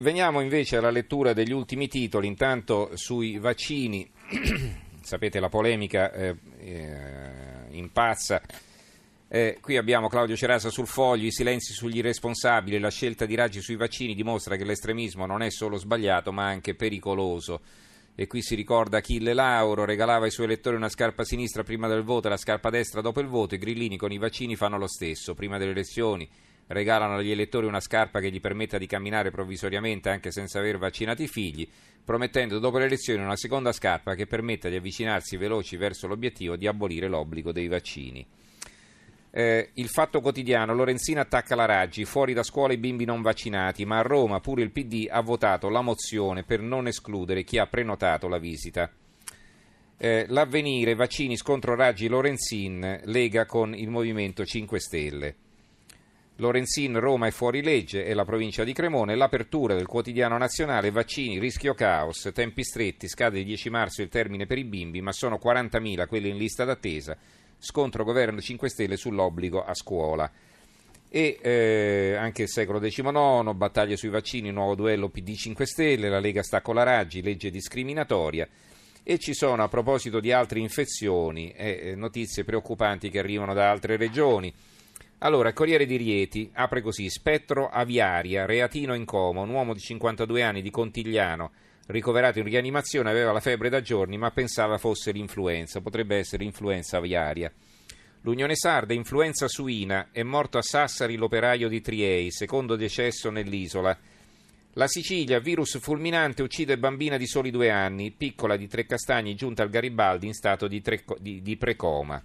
Veniamo invece alla lettura degli ultimi titoli, intanto sui vaccini. Sapete, la polemica impazza. Qui abbiamo Claudio Cerasa sul Foglio: i silenzi sugli irresponsabili, la scelta di Raggi sui vaccini dimostra che l'estremismo non è solo sbagliato ma anche pericoloso. E qui si ricorda Achille Lauro: regalava ai suoi elettori una scarpa sinistra prima del voto e la scarpa destra dopo il voto. I grillini con i vaccini fanno lo stesso: prima delle elezioni regalano agli elettori una scarpa che gli permetta di camminare provvisoriamente anche senza aver vaccinato i figli, promettendo dopo le elezioni una seconda scarpa che permetta di avvicinarsi veloci verso l'obiettivo di abolire l'obbligo dei vaccini. Il Fatto Quotidiano: Lorenzin attacca la Raggi, fuori da scuola i bimbi non vaccinati, ma a Roma pure il PD ha votato la mozione per non escludere chi ha prenotato la visita. L'Avvenire: vaccini, scontro Raggi-Lorenzin, Lega con il Movimento 5 Stelle. Lorenzin: Roma è fuori legge e la provincia di Cremone. L'apertura del Quotidiano Nazionale: vaccini, rischio caos, tempi stretti, scade il 10 marzo il termine per i bimbi, ma sono 40.000 quelli in lista d'attesa, scontro governo 5 Stelle sull'obbligo a scuola. E anche il Secolo XIX, battaglia sui vaccini, nuovo duello PD 5 Stelle, la Lega sta con la Raggi, legge discriminatoria. E ci sono, a proposito di altre infezioni, notizie preoccupanti che arrivano da altre regioni. Allora, il Corriere di Rieti apre così: spettro aviaria, reatino in coma, un uomo di 52 anni di Contigliano, ricoverato in rianimazione, aveva la febbre da giorni ma pensava fosse l'influenza, potrebbe essere influenza aviaria. L'Unione Sarda: influenza suina, è morto a Sassari l'operaio di Triei, secondo decesso nell'isola. La Sicilia: virus fulminante uccide bambina di soli 2 anni, piccola di Trecastagni giunta al Garibaldi in stato di precoma.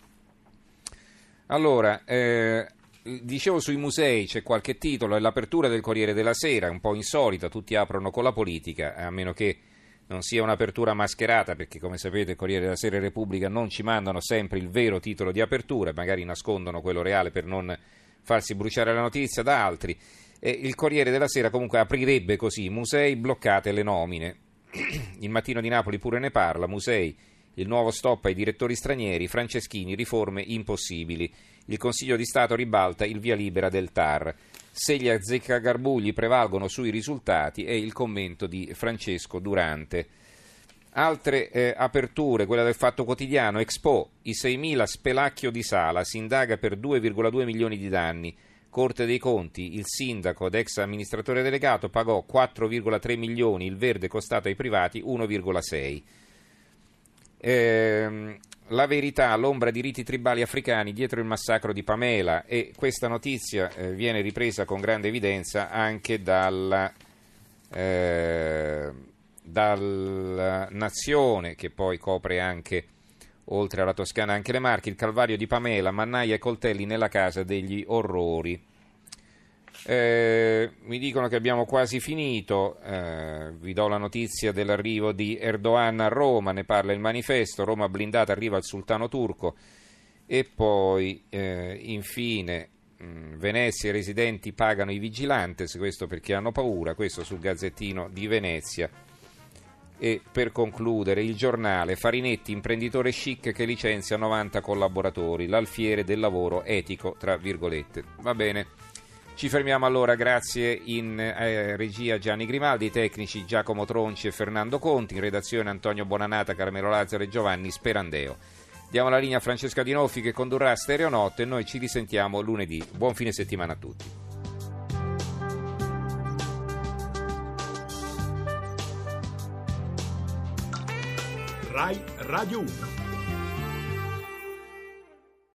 Allora, dicevo, sui musei c'è qualche titolo, è l'apertura del Corriere della Sera, un po' insolita, tutti aprono con la politica, a meno che non sia un'apertura mascherata, perché come sapete il Corriere della Sera e Repubblica non ci mandano sempre il vero titolo di apertura, magari nascondono quello reale per non farsi bruciare la notizia da altri. Il Corriere della Sera comunque aprirebbe così: musei, bloccate le nomine. Il Mattino di Napoli pure ne parla: musei, il nuovo stop ai direttori stranieri, Franceschini, riforme impossibili. Il Consiglio di Stato ribalta il via libera del TAR. Se gli azzeccagarbugli prevalgono sui risultati, è il commento di Francesco Durante. Altre aperture, quella del Fatto Quotidiano: Expo, i 6.000 spelacchio di Sala, si indaga per 2,2 milioni di danni. Corte dei Conti: il sindaco ed ex amministratore delegato pagò 4,3 milioni, il verde costato ai privati 1,6. La Verità: l'ombra di riti tribali africani dietro il massacro di Pamela. E questa notizia viene ripresa con grande evidenza anche dalla Nazione, che poi copre anche, oltre alla Toscana, anche le Marche. Il calvario di Pamela, mannaia e coltelli nella casa degli orrori. Mi dicono che abbiamo quasi finito. Vi do la notizia dell'arrivo di Erdogan a Roma, ne parla il Manifesto: Roma blindata, arriva il sultano turco. E poi infine Venezia: i residenti pagano i vigilantes, questo perché hanno paura, questo sul Gazzettino di Venezia. E per concludere il Giornale: Farinetti, imprenditore chic che licenzia 90 collaboratori, l'alfiere del lavoro etico, tra virgolette. Va bene, ci fermiamo allora. Grazie in regia Gianni Grimaldi, tecnici Giacomo Tronci e Fernando Conti, in redazione Antonio Bonanata, Carmelo Lazzaro e Giovanni Sperandeo. Diamo la linea a Francesca Dinolfi che condurrà Stereonotte e noi ci risentiamo lunedì. Buon fine settimana a tutti. Rai Radio 1.